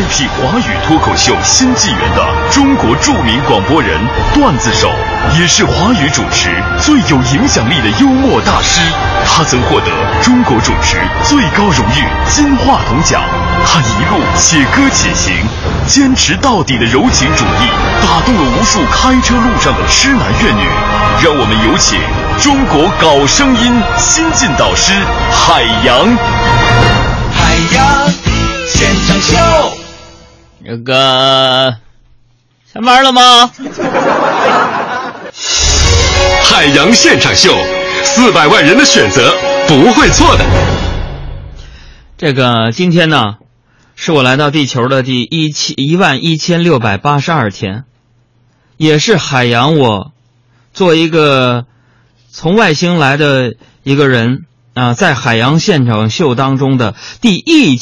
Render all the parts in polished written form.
开辟华语脱口秀新纪元的中国著名广播人、段子手，也是华语主持最有影响力的幽默大师。他曾获得中国主持最高荣誉金话筒奖。他一路写歌且行，坚持到底的柔情主义，打动了无数开车路上的痴男怨女。让我们有请中国搞声音新晋导师海洋。 海洋现场秀， 这个下班了吗？ 海洋现场秀，400万人的选择，不会错的。 这个今天呢，是我来到地球的第11682天，也是海洋我作为一个从外星来的一个人啊，在海洋现场秀当中的第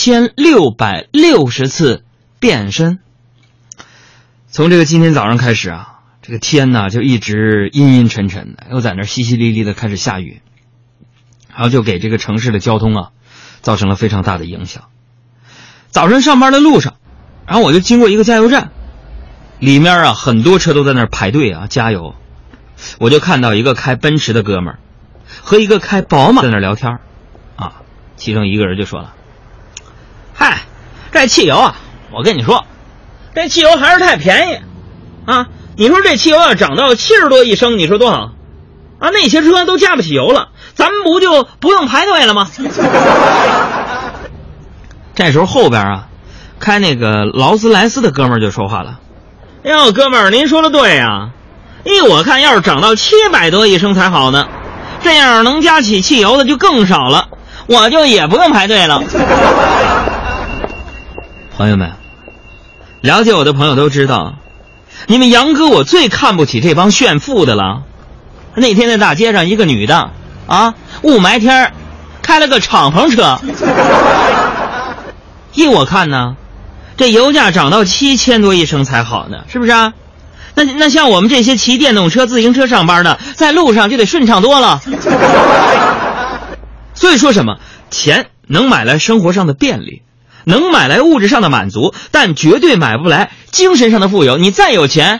1660次变身。从这个今天早上开始啊，这个天呢就一直阴阴沉沉的，又在那淅淅沥沥的开始下雨，然后就给这个城市的交通啊造成了非常大的影响。早晨上班的路上，然后我就经过一个加油站，里面啊很多车都在那儿排队啊加油。我就看到一个开奔驰的哥们儿和一个开宝马在那儿聊天啊，其中一个人就说了：嗨，这汽油啊，我跟你说，这汽油还是太便宜啊！你说这汽油要涨到70多一升，你说多好啊？那些车都加不起油了，咱们不就不用排队了吗？这时候后边啊，开那个劳斯莱斯的哥们儿就说话了：哟，哥们儿，您说的对呀，我看要是涨到700多一升才好呢，这样能加起汽油的就更少了，我就也不用排队了。朋友们，了解我的朋友都知道，你们杨哥我最看不起这帮炫富的了。那天在大街上，一个女的啊，雾霾天开了个敞篷车，我看呢，这油价涨到7000多一升才好呢，是不是啊？那像我们这些骑电动车、自行车上班的，在路上就得顺畅多了。所以说什么，钱能买来生活上的便利，能买来物质上的满足，但绝对买不来精神上的富有。你再有钱，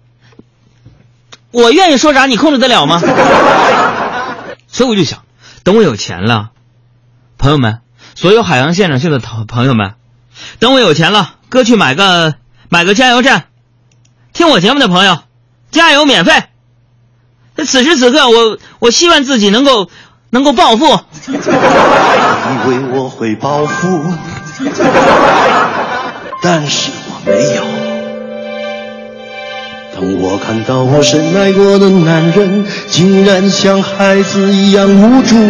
我愿意说啥你控制得了吗？所以我就想，等我有钱了，朋友们，所有海洋现场秀的朋友们，等我有钱了，哥去买个加油站，听我节目的朋友，加油免费。此时此刻，我希望自己能够暴富。 以为我会暴富，但是我没有。当我看到我深爱过的男人，竟然像孩子一样无助，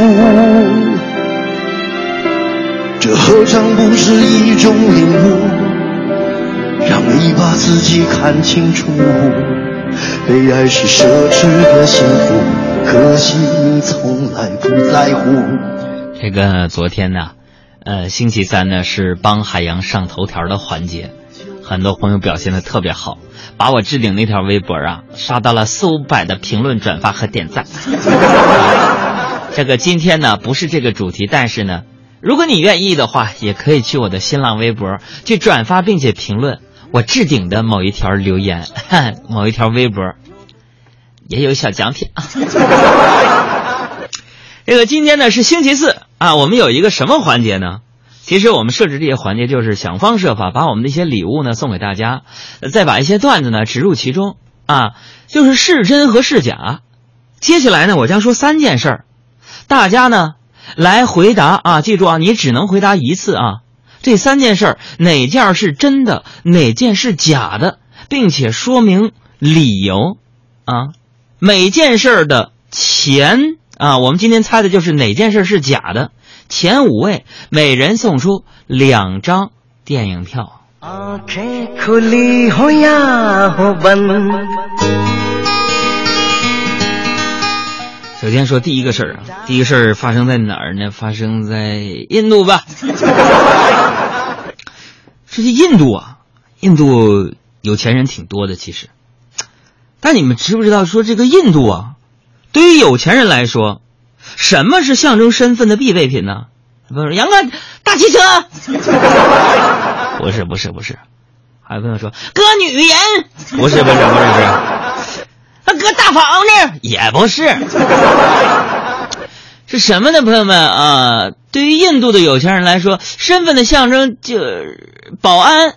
这何尝不是一种领悟？让你把自己看清楚，被爱是奢侈的幸福，可惜你从来不在乎。 这个昨天呢，星期三呢是帮海洋上头条的环节，很多朋友表现得特别好，把我置顶那条微博啊刷到了400-500的评论、转发和点赞。这个今天呢不是这个主题，但是呢，如果你愿意的话，也可以去我的新浪微博去转发并且评论我置顶的某一条留言，某一条微博，也有小奖品啊。这个今天呢是星期四啊，我们有一个什么环节呢？其实我们设置这些环节就是想方设法把我们的一些礼物呢送给大家，再把一些段子呢植入其中啊，就是是真和是假。接下来呢，我将说3件事儿，大家呢来回答啊，记住啊，你只能回答一次啊。这3件事儿哪件是真的，哪件是假的，并且说明理由啊。每件事的前啊，我们今天猜的就是哪件事是假的。前5位每人送出2张电影票。首先说第一个事儿啊，第一个事儿发生在哪儿呢？发生在印度吧。说起印度啊，印度有钱人挺多的其实，但你们知不知道说这个印度啊，对于有钱人来说，什么是象征身份的必备品呢？不是杨哥大汽车， 不是。还有朋友说哥女人，不是，那哥大房子也不是，是什么呢？朋友们啊，对于印度的有钱人来说，身份的象征就是保安。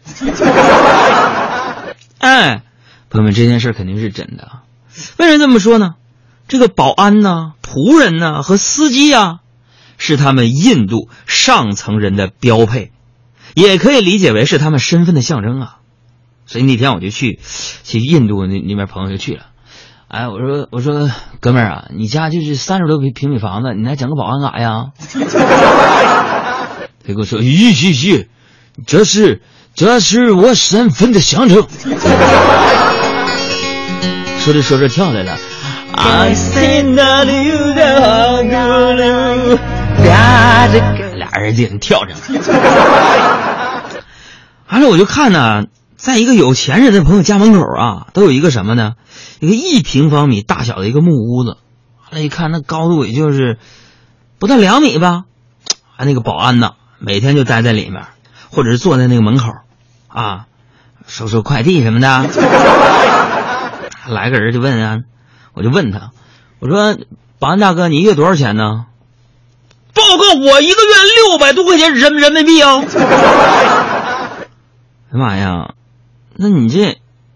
哎，朋友们，这件事肯定是真的。为什么这么说呢？这个保安呢、仆人呢和司机啊，是他们印度上层人的标配，也可以理解为是他们身份的象征啊。所以那天我就去印度那边朋友就去了，哎，我说哥们儿啊，你家就是30多平米房子，你还整个保安干啥呀？他跟我说，咦，这是我身份的象征。说着跳来了。俩人就跳上了。完了我就看呢，在一个有钱人的朋友家门口啊，都有一个什么呢？一个1平方米大小的一个木屋子。完了一看，那高度也就是不到2米吧。那个保安呢，每天就待在里面，或者是坐在那个门口啊，收快递什么的。来个人就问啊，我就问他，我说保安大哥，你一月多少钱呢？报告，我一个月600多块钱人民币啊！哎妈呀，那你这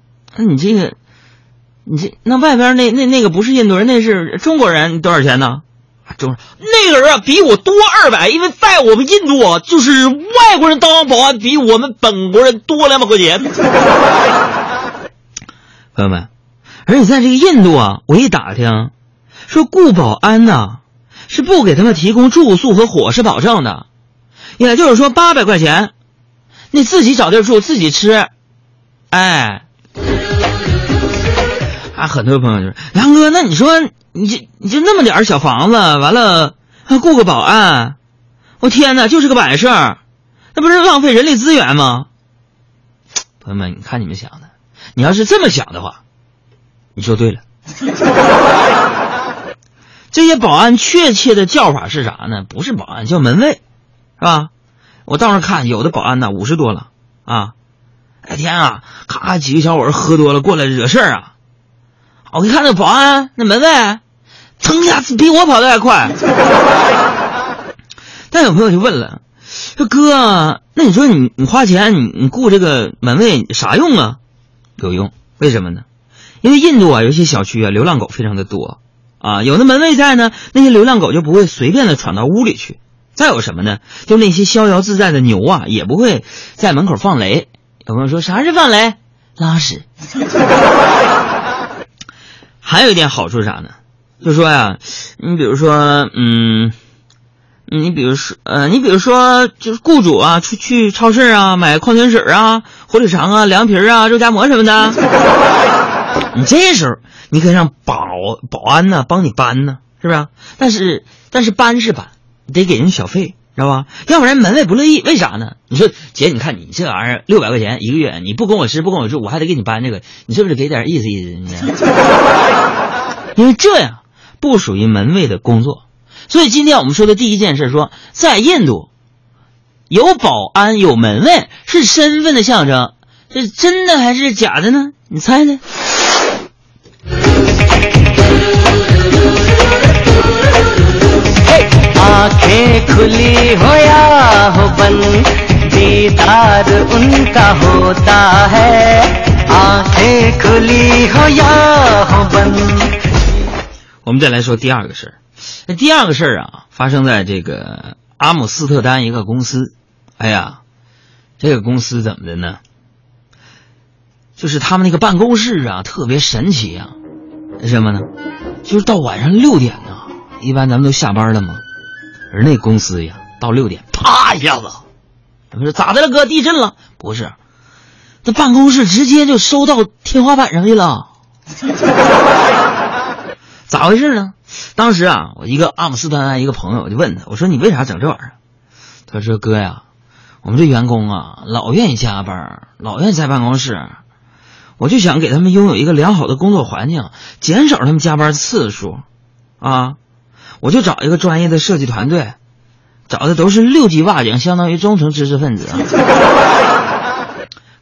那外边那个不是印度人，那是中国人，多少钱呢？那个人啊比我多200，因为在我们印度啊，就是外国人当保安比我们本国人多200块钱。朋友们，而且在这个印度啊，我一打听，说雇保安呢是不给他们提供住宿和伙食保证的，也就是说800块钱，你自己找地儿住，自己吃。哎，很多朋友就说，杨哥，那你说你就那么点小房子，完了还雇个保安，我天哪，就是个摆设，那不是浪费人力资源吗？朋友们，你看你们想的，你要是这么想的话，你说对了。这些保安确切的叫法是啥呢？不是保安，叫门卫，是吧？我到时候看有的保安呢50多了啊，哎天啊，咔几个小伙喝多了过来惹事儿啊，我一看那保安那门卫，腾一下子比我跑得还快。但有朋友就问了，说哥，那你说你花钱你雇这个门卫啥用啊？有用，为什么呢？因为印度啊有一些小区啊流浪狗非常的多啊，有的门卫在呢，那些流浪狗就不会随便的闯到屋里去。再有什么呢？就那些逍遥自在的牛啊，也不会在门口放雷。有朋友说啥是放雷？拉屎。还有一点好处是啥呢？就说呀，你比如说就是雇主啊去超市啊买矿泉水啊、火腿肠啊、凉皮啊、肉夹馍什么的，你这时候你可以让保安呢帮你搬呢，是不是？但是搬是搬，得给人小费，知道吧？要不然门卫不乐意。为啥呢？你说姐，你看你这玩意儿600块钱一个月，你不跟我吃不跟我住，我还得给你搬这个，你是不是给点意思？因为这样不属于门卫的工作。所以今天我们说的第一件事说，在印度有保安有门卫是身份的象征，这是真的还是假的呢？你猜呢？ आँखें खुली हो या हो बंद दीदार उनका होता है आँखें खुली हो या हो बंद。 我们再来说第二个事儿。第二个事儿啊，发生在这个阿姆斯特丹一个公司。哎呀，这个公司怎么的呢？就是他们那个办公室啊，特别神奇啊。什么呢？就是到晚上6点呢，一般咱们都下班了嘛。而那公司呀，到6点，啪一下子，他们说咋的了哥？地震了？不是，这办公室直接就收到天花板上去了。咋回事呢？当时啊，我一个阿姆斯特丹一个朋友，我就问他，我说你为啥整这玩意儿？他说哥呀，我们这员工啊，老愿意加班，老愿意在办公室，我就想给他们拥有一个良好的工作环境，减少他们加班次数啊。我就找一个专业的设计团队，找的都是6级瓦井，相当于中层知识分子。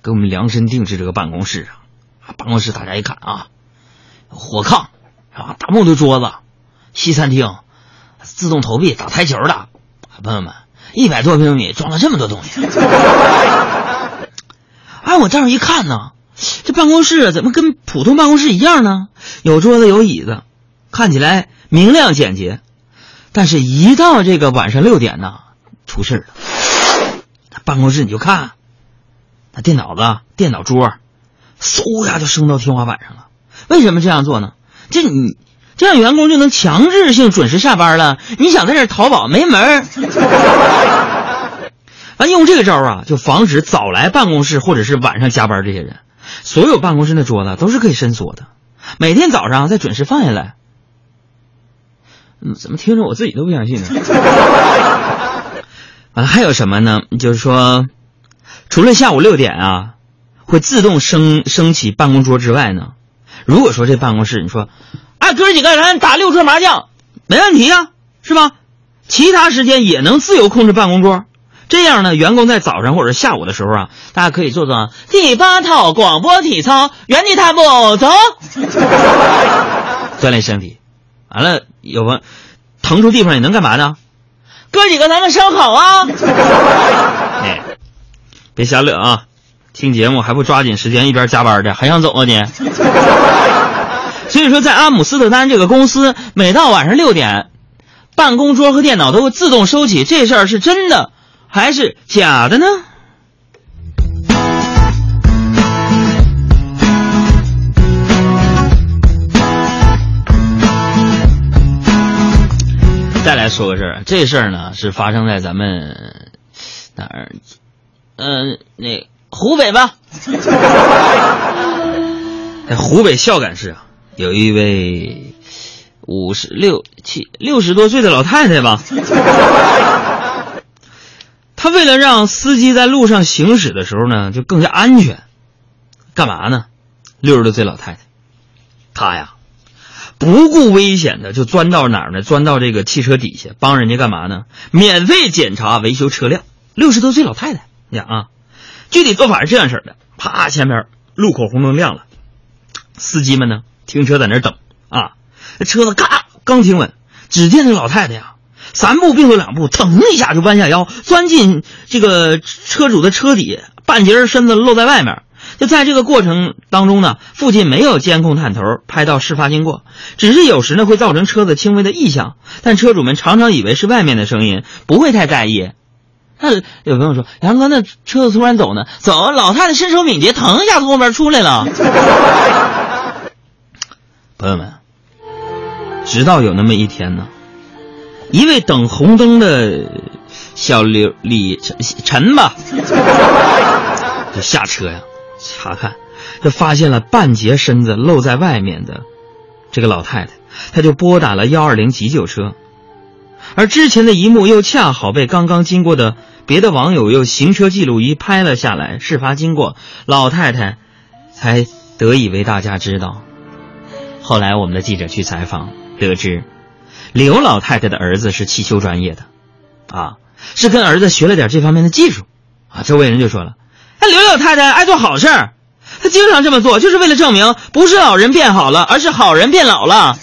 给我们量身定制这个办公室啊。办公室大家一看啊，火炕啊，大木头桌子，西餐厅，自动投币打台球的。朋友们，100多平米装了这么多东西。哎，我这样一看呢，这办公室怎么跟普通办公室一样呢？有桌子有椅子，看起来明亮简洁。但是一到这个晚上6点呢，出事了。办公室你就看，那电脑桌嗖呀就升到天花板上了。为什么这样做呢？这样员工就能强制性准时下班了，你想在这淘宝没门儿。完用这个招啊，就防止早来办公室或者是晚上加班这些人。所有办公室的桌子都是可以伸缩的，每天早上再准时放下来。怎么听着我自己都不相信呢？还有什么呢？就是说，除了下午6点啊会自动升起办公桌之外呢，如果说这办公室你说，哎，哥几个人打6桌麻将，没问题啊，是吧？其他时间也能自由控制办公桌。这样呢，员工在早上或者下午的时候啊，大家可以做第8套广播体操，原地踏步走，锻炼身体。完了，有个腾出地方也能干嘛呢？哥几个咱们烧烤啊！哎，别瞎乐啊！听节目还不抓紧时间一边加班的，还想走啊你？所以说，在阿姆斯特丹这个公司，每到晚上6点，办公桌和电脑都会自动收起，这事儿是真的还是假的呢？再来说个事儿，这事儿呢是发生在咱们哪儿？那湖北吧。在湖北孝感市啊，有一位60多岁的老太太吧。她为了让司机在路上行驶的时候呢就更加安全，干嘛呢？60多岁老太太，她呀不顾危险的就钻到哪儿呢？钻到这个汽车底下，帮人家干嘛呢？免费检查维修车辆。60多岁老太太，你看啊，具体做法是这样式的：啪，前面路口红灯亮了，司机们呢停车在那儿等啊，车子咔刚停稳，只见这老太太呀3步并作2步，腾一下就弯下腰，钻进这个车主的车底，半截身子露在外面。就在这个过程当中呢，附近没有监控探头拍到事发经过，只是有时呢会造成车子轻微的异响，但车主们常常以为是外面的声音，不会太在意。那有朋友说，杨哥，那车子突然走呢？走，老太太身手敏捷，腾一下从后边出来了。朋友们，直到有那么一天呢，一位等红灯的小李晨吧，就下车呀查看，就发现了半截身子露在外面的这个老太太，他就拨打了120急救车。而之前的一幕又恰好被刚刚经过的别的网友用行车记录仪拍了下来，事发经过老太太才得以为大家知道。后来我们的记者去采访得知，刘老太太的儿子是汽修专业的啊，是跟儿子学了点这方面的技术啊。周围人就说了，刘老太太爱做好事儿，她经常这么做，就是为了证明不是老人变好了，而是好人变老了。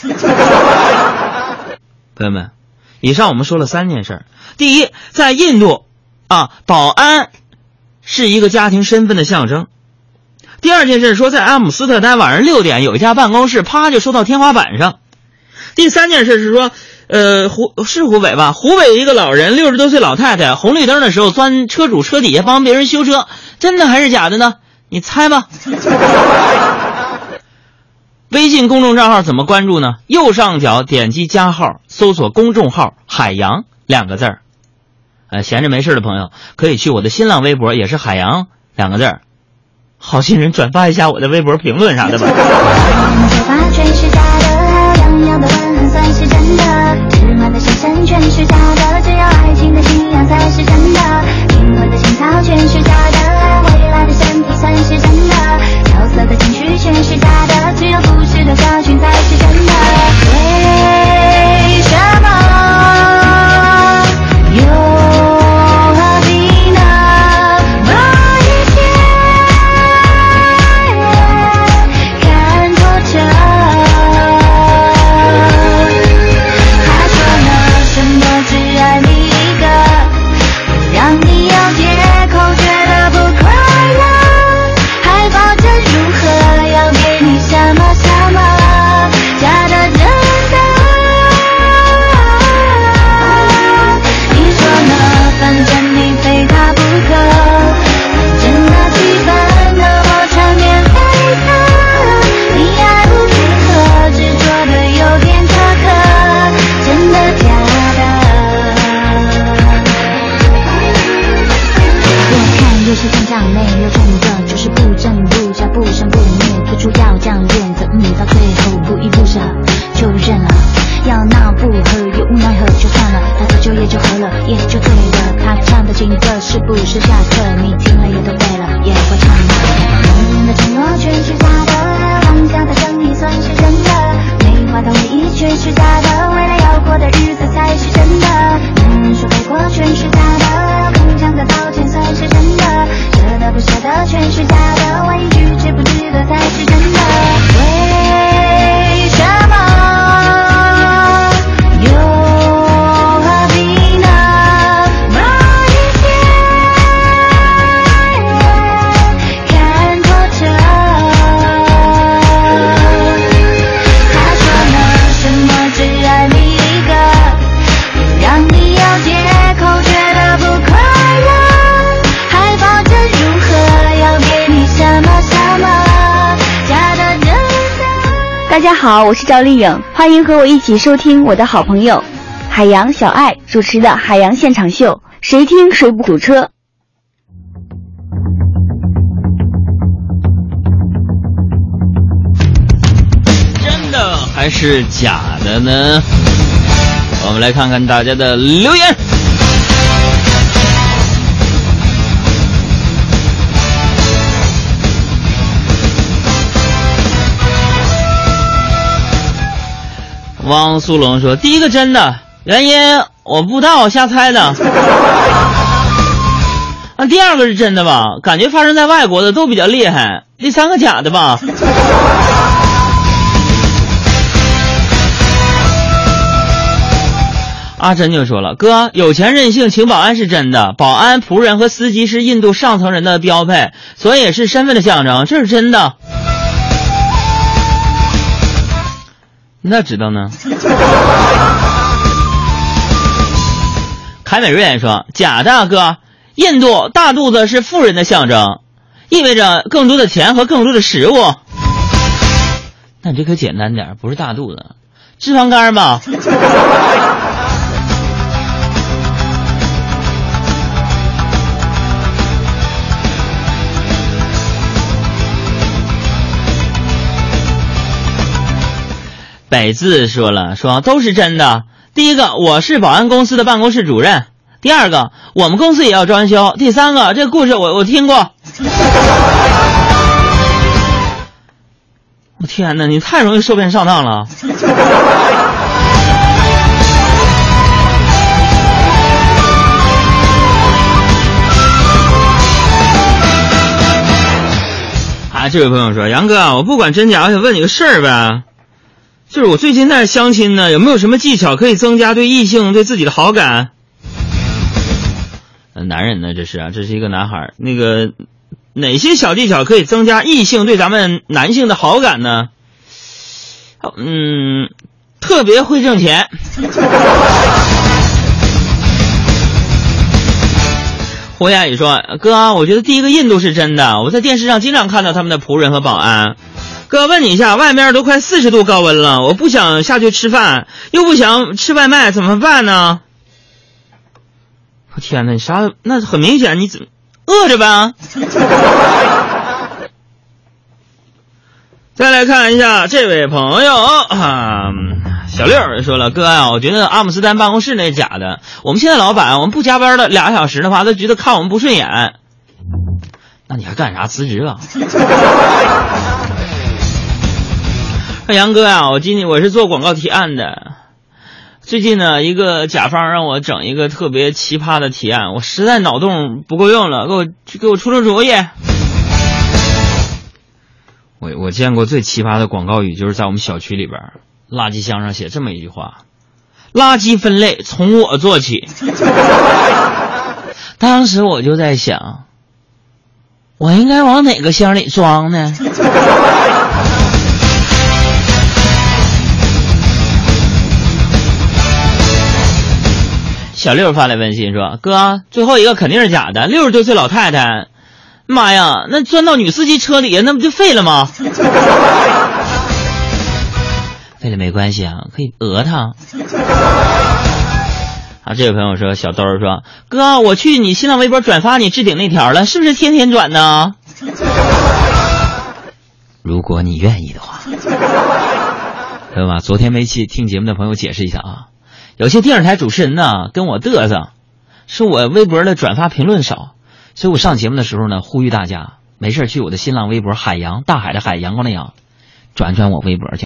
朋友们，以上我们说了3件事。第一，在印度啊，保安是一个家庭身份的象征。第二件事说，在阿姆斯特丹晚上6点有一家办公室啪就收到天花板上。第3件事是说湖北吧，湖北一个老人60多岁老太太红绿灯的时候钻车主车底下帮别人修车，真的还是假的呢？你猜吧。微信公众账号怎么关注呢？右上角点击加号，搜索公众号海洋2个字儿。闲着没事的朋友可以去我的新浪微博，也是海洋2个字儿。好心人转发一下我的微博评论啥的吧。 全是假的，样样的问很算是真的，纸马的神神全是假的，只有爱情的信仰才是真的，灵魂的情操全是假的，未来的身体算是真的，角色的情绪全是假的，只有故事的教训才是真的。为什么又何必呢？某一天上没有准则，就是不争不加不生不灭，突出要讲原则，到最后不依不舍就认了，要闹不和又无奈何就算了，大家就也就和了也就对了，他唱的情歌是不是下课你听了也都背了也会唱的，梦人的承诺全是假的，妄想的正义算是真的，美化的回忆全是假的，未来要过的日子才是真的，男人说背过全是假的，空讲的道歉算是真的，舍得不舍得全是假的，问一句值不值得才是真的，为什么又何必呢？把一切看透彻。他说了什么只爱你一个，又让你有借口觉得不快乐，还保证如何要给你什么什么，假的真的。 大家好，我是赵丽颖，欢迎和我一起收听我的好朋友海洋小爱主持的海洋现场秀，谁听谁不堵车。 真的还是假的呢？我们来看看大家的留言。汪苏龙说，第一个真的，原因我不知道，瞎猜的。第二个是真的吧，感觉发生在外国的都比较厉害。第三个假的吧。阿珍就说了，哥，有钱任性请保安是真的，保安、仆人和司机是印度上层人的标配，所以也是身份的象征，这是真的。你咋知道呢？凯美瑞说，假的哥，印度大肚子是富人的象征，意味着更多的钱和更多的食物。那你这可简单点，不是大肚子，脂肪肝吧。北字说了，说都是真的。第一个，我是保安公司的办公室主任；第二个，我们公司也要装修；第三个，这个故事我听过。我天哪，你太容易受骗上当了。这位朋友说，杨哥，我不管真假，我想问你个事儿呗。就是我最近在相亲呢，有没有什么技巧可以增加对异性对自己的好感？男人呢，这是一个男孩，那个哪些小技巧可以增加异性对咱们男性的好感呢？特别会挣钱。胡雅宇说，哥，我觉得第一个印度是真的，我在电视上经常看到他们的仆人和保安。哥，问你一下，外面都快40度高温了，我不想下去吃饭，又不想吃外卖，怎么办呢？我天哪，你啥？那很明显，你怎么饿着呗？再来看一下这位朋友小六说了，哥啊，我觉得阿姆斯特丹办公室那是假的，我们现在老板我们不加班了2个小时的话，他觉得看我们不顺眼。那你还干啥？辞职吧。杨哥啊，我是做广告提案的，最近呢一个甲方让我整一个特别奇葩的提案，我实在脑洞不够用了，给我出主意。我见过最奇葩的广告语，就是在我们小区里边垃圾箱上写这么一句话，垃圾分类从我做起。当时我就在想，我应该往哪个箱里装呢？小六发来微信说，哥，最后一个肯定是假的，60多岁老太太，妈呀，那钻到女司机车里那不就废了吗？废了没关系啊，可以讹他。 啊，这位朋友说，小兜说，哥，我去你新浪微博转发你置顶那条了，是不是天天转呢？如果你愿意的话。朋友们，昨天没听节目的朋友解释一下啊，有些电视台主持人呢跟我嘚瑟，说我微博的转发评论少，所以我上节目的时候呢，呼吁大家没事去我的新浪微博海洋，大海的海，阳光的阳，转我微博去。